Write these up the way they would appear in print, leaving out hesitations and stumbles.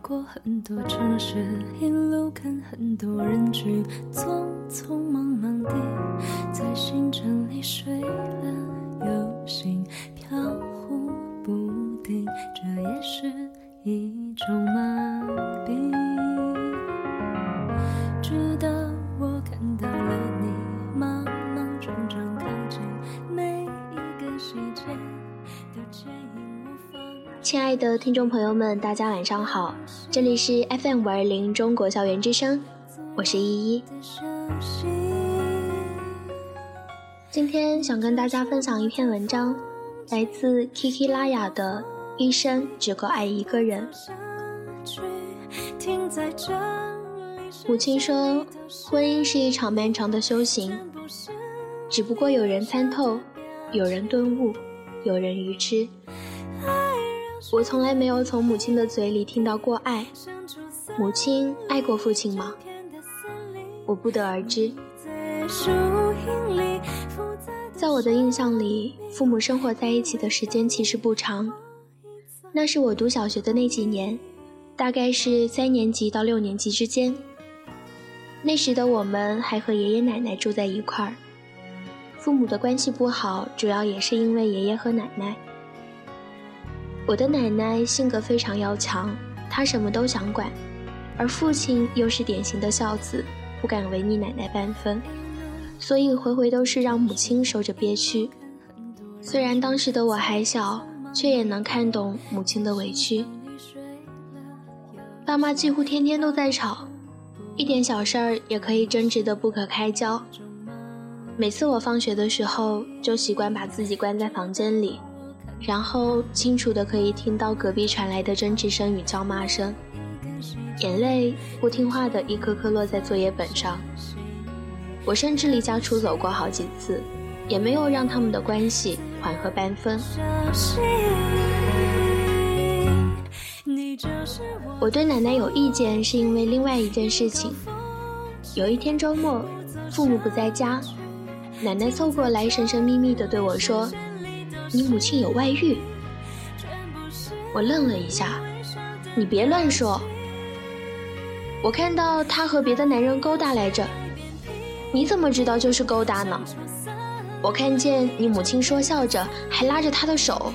过很多城市，一路看很多人去，匆匆忙忙地在星辰里睡了又醒，飘忽不定，这也是一种麻痹。直到我看到了你莽莽撞撞靠近，每一个细节都牵引我放。 亲爱的听众朋友们，大家晚上好，这里是 FM520 中国校园之声，我是依依。今天想跟大家分享一篇文章，来自 Kiki 拉雅的一生只够爱一个人。母亲说，婚姻是一场漫长的修行，只不过有人参透，有人顿悟，有人愚痴。我从来没有从母亲的嘴里听到过爱。母亲爱过父亲吗？我不得而知。在我的印象里，父母生活在一起的时间其实不长。那是我读小学的那几年，大概是3年级到6年级之间。那时的我们还和爷爷奶奶住在一块儿，父母的关系不好，主要也是因为爷爷和奶奶。我的奶奶性格非常要强，她什么都想管，而父亲又是典型的孝子，不敢违逆奶奶半分，所以回回都是让母亲受着憋屈。虽然当时的我还小，却也能看懂母亲的委屈。爸妈几乎天天都在吵，一点小事儿也可以争执得不可开交。每次我放学的时候，就习惯把自己关在房间里，然后清楚地可以听到隔壁传来的争执声与叫骂声，眼泪不听话的一颗颗落在作业本上。我甚至离家出走过好几次，也没有让他们的关系缓和半分。我对奶奶有意见是因为另外一件事情。有一天周末，父母不在家，奶奶凑过来神神秘秘地对我说，你母亲有外遇。我愣了一下，你别乱说，我看到她和别的男人勾搭来着。你怎么知道就是勾搭呢？我看见你母亲说笑着还拉着她的手。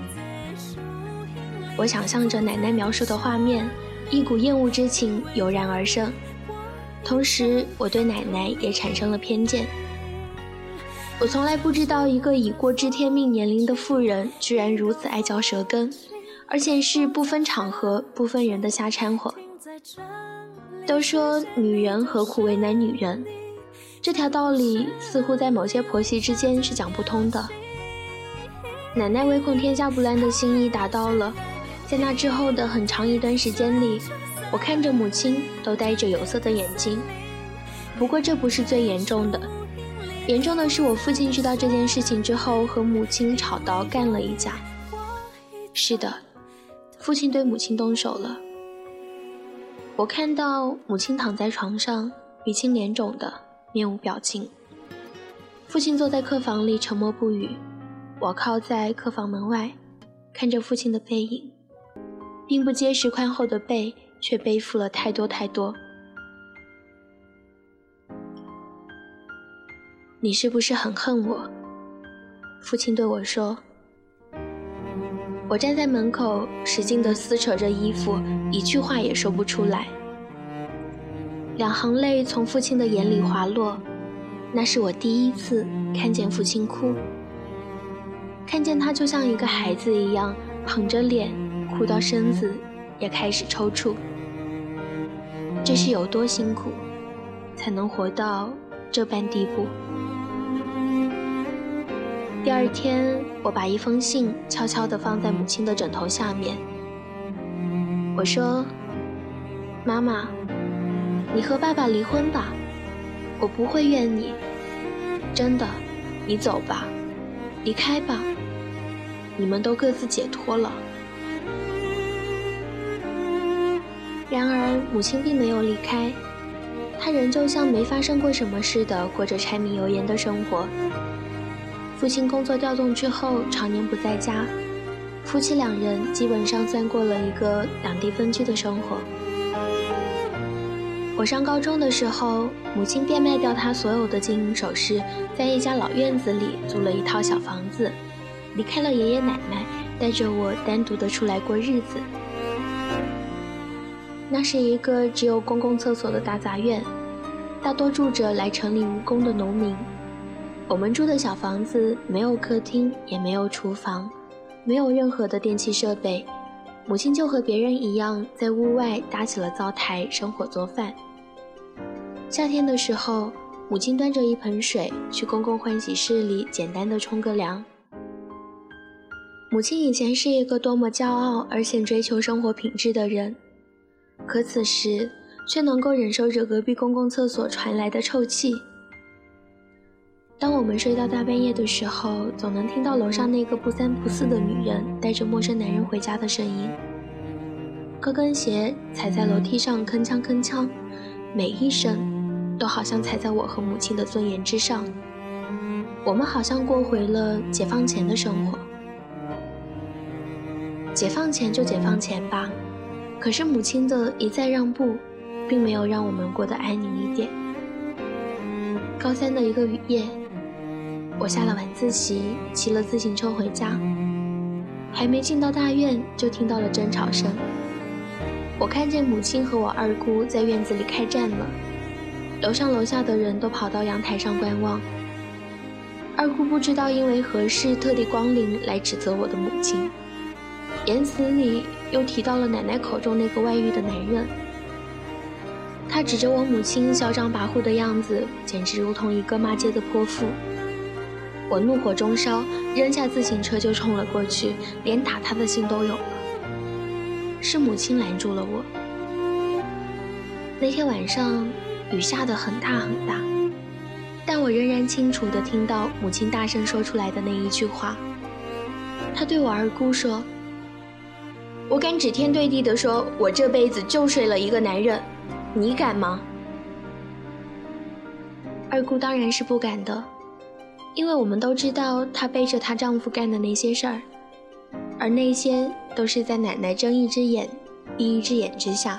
我想象着奶奶描述的画面，一股厌恶之情油然而生，同时我对奶奶也产生了偏见。我从来不知道一个已过知天命年龄的妇人居然如此爱嚼舌根，而且是不分场合不分人的瞎掺和。都说女人何苦为难女人，这条道理似乎在某些婆媳之间是讲不通的。奶奶唯恐天下不乱的心意达到了，在那之后的很长一段时间里，我看着母亲都戴着有色的眼睛。不过这不是最严重的，严重的是我父亲知道这件事情之后和母亲吵到干了一架。是的，父亲对母亲动手了。我看到母亲躺在床上，鼻青脸肿的，面无表情。父亲坐在客房里沉默不语，我靠在客房门外，看着父亲的背影，并不结实宽厚的背却背负了太多太多。你是不是很恨我？父亲对我说。我站在门口，使劲地撕扯着衣服，一句话也说不出来。2行泪从父亲的眼里滑落，那是我第一次看见父亲哭，看见他就像一个孩子一样，捧着脸，哭到身子也开始抽搐。这是有多辛苦，才能活到这般地步？第二天，我把一封信悄悄地放在母亲的枕头下面。我说，妈妈，你和爸爸离婚吧，我不会怨你，真的，你走吧，离开吧，你们都各自解脱了。然而母亲并没有离开，她仍旧像没发生过什么似的过着柴米油盐的生活。父亲工作调动之后常年不在家， 夫妻两人基本上算过了一个两地分居的生活。我上高中的时候，母亲变卖掉她所有的金银首饰，在一家老院子里租了一套小房子，离开了爷爷奶奶，带着我单独的出来过日子。那是一个只有公共厕所的大杂院，大多住着来城里务工的农民。我们住的小房子没有客厅，也没有厨房，没有任何的电器设备，母亲就和别人一样，在屋外搭起了灶台，生火做饭。夏天的时候，母亲端着一盆水去公共换洗室里简单的冲个凉。母亲以前是一个多么骄傲而且追求生活品质的人，可此时却能够忍受着隔壁公共厕所传来的臭气。当我们睡到大半夜的时候，总能听到楼上那个不三不四的女人带着陌生男人回家的声音。高跟鞋踩在楼梯上铿锵铿锵，每一声都好像踩在我和母亲的尊严之上。我们好像过回了解放前的生活。解放前就解放前吧，可是母亲的一再让步，并没有让我们过得安宁一点。高3的一个雨夜，我下了晚自习，骑了自行车回家，还没进到大院，就听到了争吵声。我看见母亲和我二姑在院子里开战了，楼上楼下的人都跑到阳台上观望。二姑不知道因为何事特地光临来指责我的母亲，言辞里又提到了奶奶口中那个外遇的男人。她指着我母亲嚣张跋扈的样子，简直如同一个骂街的泼妇。我怒火中烧，扔下自行车就冲了过去，连打她的心都有了。是母亲拦住了我。那天晚上雨下得很大很大，但我仍然清楚地听到母亲大声说出来的那一句话。她对我二姑说：“我敢指天对地地说，我这辈子就睡了一个男人，你敢吗？”二姑当然是不敢的，因为我们都知道她背着她丈夫干的那些事儿，而那些都是在奶奶睁一只眼闭一只眼之下。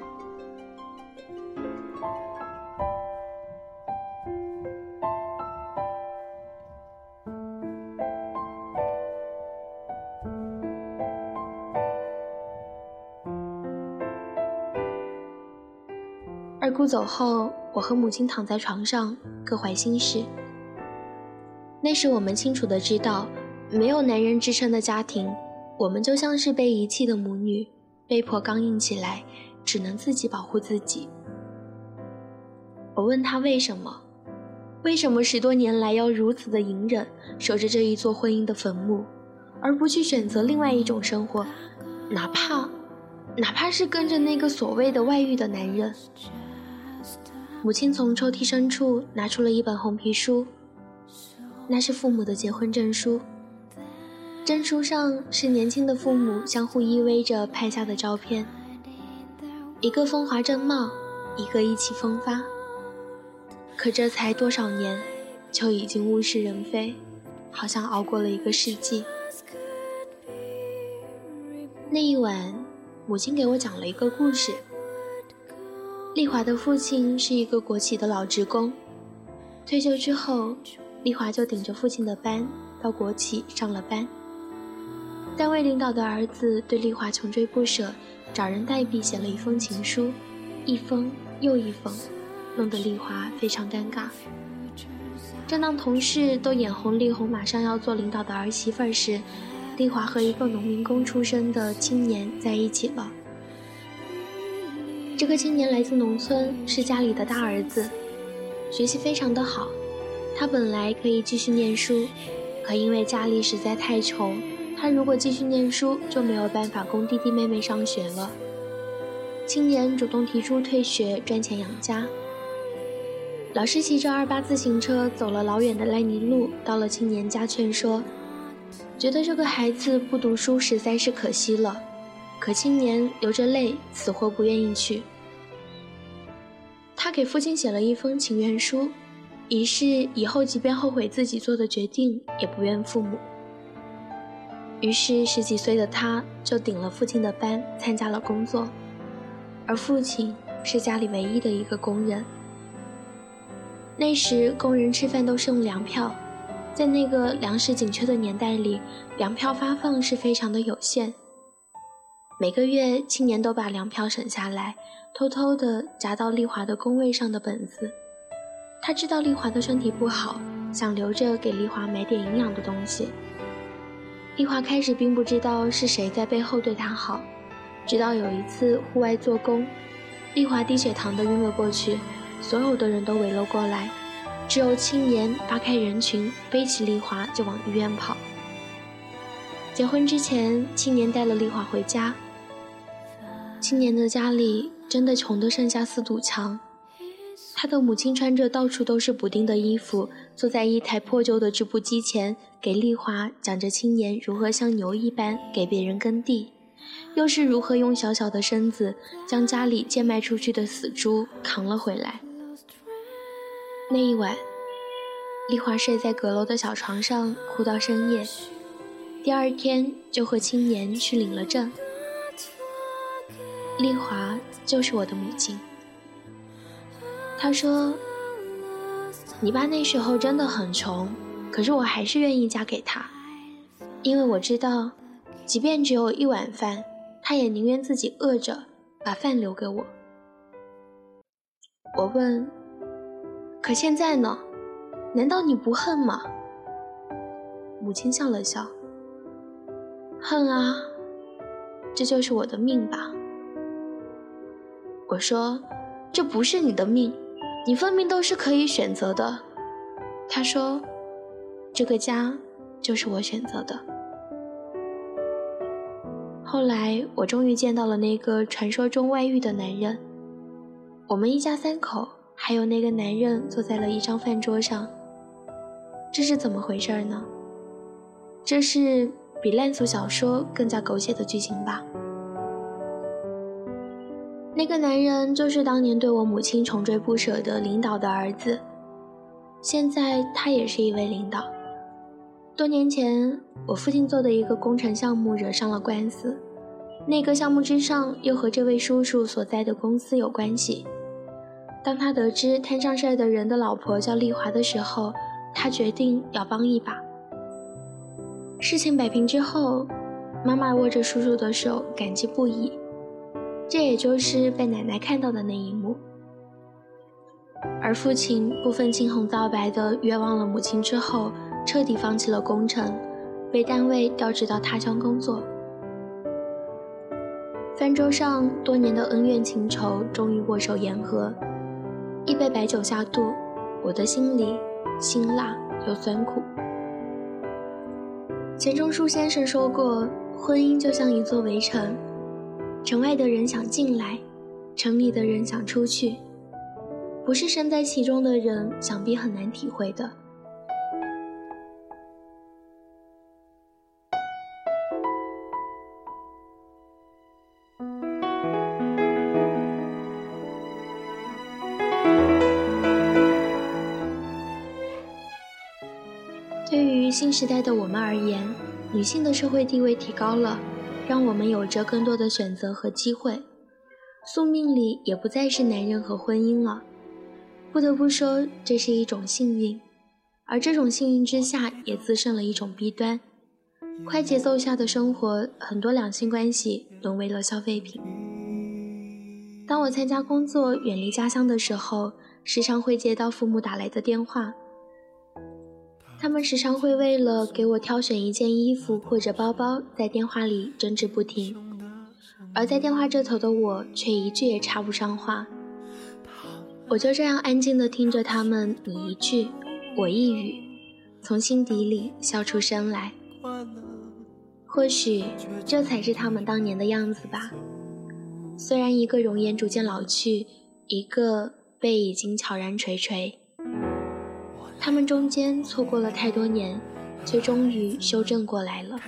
二姑走后，我和母亲躺在床上，各怀心事。那时我们清楚地知道，没有男人支撑的家庭，我们就像是被遗弃的母女，被迫刚硬起来，只能自己保护自己。我问她为什么10多年来要如此的隐忍，守着这一座婚姻的坟墓，而不去选择另外一种生活，哪怕是跟着那个所谓的外遇的男人。母亲从抽屉深处拿出了一本红皮书，那是父母的结婚证书。证书上是年轻的父母相互依偎着拍下的照片，一个风华正茂，一个意气风发。可这才多少年，就已经物是人非，好像熬过了一个世纪。那一晚，母亲给我讲了一个故事。丽华的父亲是一个国企的老职工，退休之后，丽华就顶着父亲的班到国企上了班。单位领导的儿子对丽华穷追不舍，找人代笔写了一封情书，一封又一封，弄得丽华非常尴尬。正当同事都眼红丽红马上要做领导的儿媳妇时，丽华和一个农民工出身的青年在一起了。这个青年来自农村，是家里的大儿子，学习非常的好。他本来可以继续念书，可因为家里实在太穷，他如果继续念书就没有办法供弟弟妹妹上学了。青年主动提出退学，赚钱养家。老师骑着28自行车走了老远的烂泥路，到了青年家劝说，觉得这个孩子不读书实在是可惜了。可青年流着泪，死活不愿意去。他给父亲写了一封请愿书，以示以后即便后悔自己做的决定，也不怨父母。 于是10几岁的他就顶了父亲的班参加了工作，而父亲是家里唯一的一个工人。那时工人吃饭都是用粮票，在那个粮食紧缺的年代里，粮票发放是非常的有限。每个月青年都把粮票省下来，偷偷地夹到丽华的工位上的本子。他知道丽华的身体不好，想留着给丽华买点营养的东西。丽华开始并不知道是谁在背后对她好，直到有一次户外做工，丽华低血糖地晕了过去，所有的人都围了过来，只有青年扒开人群，背起丽华就往医院跑。结婚之前，青年带了丽华回家。青年的家里真的穷得剩下4堵墙，他的母亲穿着到处都是补丁的衣服，坐在一台破旧的织布机前，给丽华讲着青年如何像牛一般给别人耕地，又是如何用小小的身子将家里贱卖出去的死猪扛了回来。那一晚，丽华睡在阁楼的小床上哭到深夜，第二天就和青年去领了证。丽华就是我的母亲。她说，你爸那时候真的很穷，可是我还是愿意嫁给他，因为我知道即便只有1碗饭，他也宁愿自己饿着把饭留给我。我问，可现在呢？难道你不恨吗？母亲笑了笑，恨啊，这就是我的命吧。我说，这不是你的命，你分明都是可以选择的。他说，这个家就是我选择的。后来我终于见到了那个传说中外遇的男人，我们一家3口还有那个男人坐在了一张饭桌上。这是怎么回事呢？这是比烂俗小说更加狗血的剧情吧。那个男人就是当年对我母亲穷追不舍的领导的儿子，现在他也是一位领导。多年前，我父亲做的一个工程项目惹上了官司，那个项目之上又和这位叔叔所在的公司有关系。当他得知摊上事儿的人的老婆叫丽华的时候，他决定要帮一把。事情摆平之后，妈妈握着叔叔的手感激不已，这也就是被奶奶看到的那一幕。而父亲不分青红皂白地冤枉了母亲之后，彻底放弃了工程，被单位调职到他乡工作。饭桌上多年的恩怨情仇终于握手言和，一杯白酒下肚，我的心里辛辣又酸苦。钱钟书先生说过，婚姻就像一座围城，城外的人想进来，城里的人想出去，不是身在其中的人想必很难体会的。对于新时代的我们而言，女性的社会地位提高了，让我们有着更多的选择和机会，宿命里也不再是男人和婚姻了。不得不说，这是一种幸运，而这种幸运之下也滋生了一种弊端。快节奏下的生活，很多两性关系沦为了消费品。当我参加工作远离家乡的时候，时常会接到父母打来的电话，他们时常会为了给我挑选一件衣服或者包包，在电话里争执不停，而在电话这头的我却一句也插不上话。我就这样安静地听着他们你一句我一语，从心底里笑出声来。或许这才是他们当年的样子吧。虽然一个容颜逐渐老去，一个背已经悄然垂垂，他们中间错过了太多年，却终于修正过来了。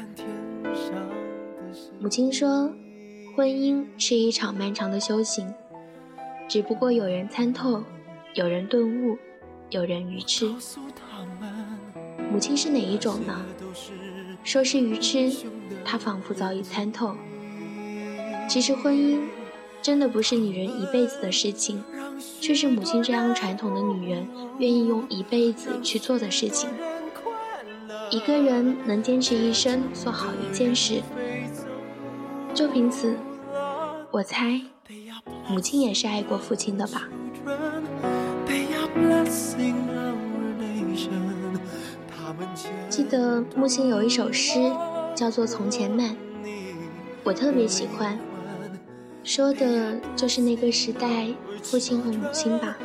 母亲说，婚姻是一场漫长的修行，只不过有人参透，有人顿悟，有人愚痴。母亲是哪一种呢？ 说是愚痴，他仿佛早已参透。其实婚姻真的不是女人一辈子的事情，却是母亲这样传统的女人愿意用一辈子去做的事情。一个人能坚持一生做好一件事，就凭此，我猜母亲也是爱过父亲的吧。记得木心有一首诗叫做《从前慢》，我特别喜欢，说的就是那个时代父亲和母亲吧。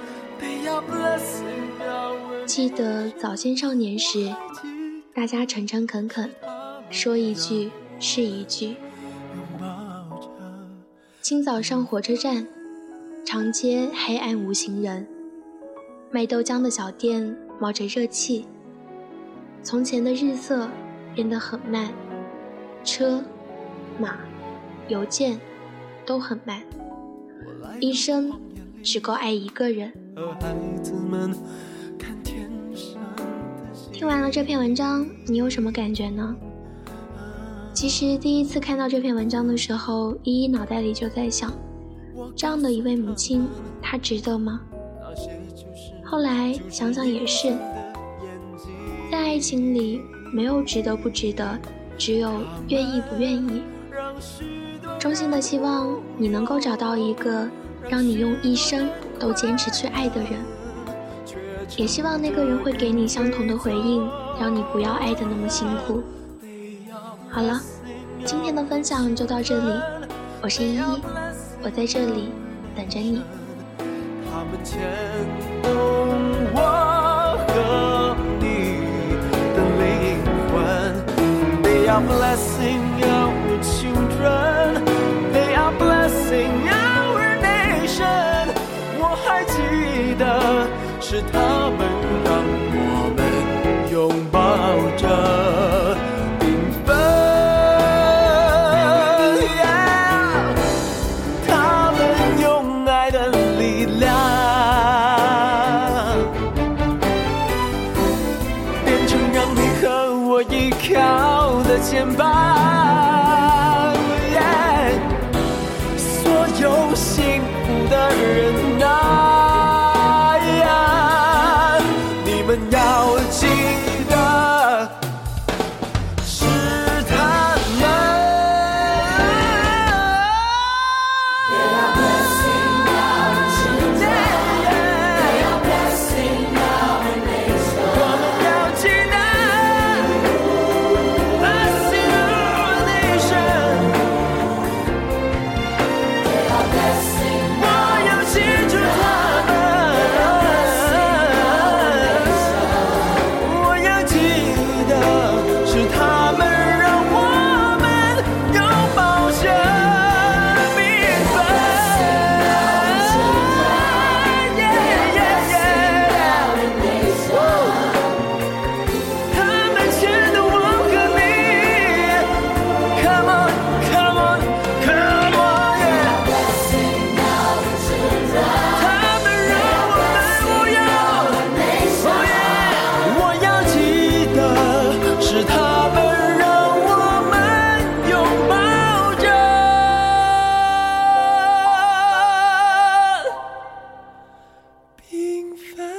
记得早先少年时，大家诚诚恳恳，说一句是一句。清早上火车站，长街黑暗无行人，卖豆浆的小店冒着热气。从前的日色变得很慢，车马邮件都很慢，一生只够爱一个人。听完了这篇文章，你有什么感觉呢？其实第一次看到这篇文章的时候，依依脑袋里就在想，这样的一位母亲，她值得吗？后来想想也是，在爱情里没有值得不值得，只有愿意不愿意。衷心的希望你能够找到一个让你用一生都坚持去爱的人，也希望那个人会给你相同的回应，让你不要爱得那么辛苦。好了，今天的分享就到这里，我是依依，我在这里等着你。 他们牵动我和你的灵魂 They are blessing our children They are blessing our nation 我还记得是他们让我们拥抱着缤纷他们用爱的力量变成让你和我依靠的肩膀所有幸福的人你们要记得是他们缤纷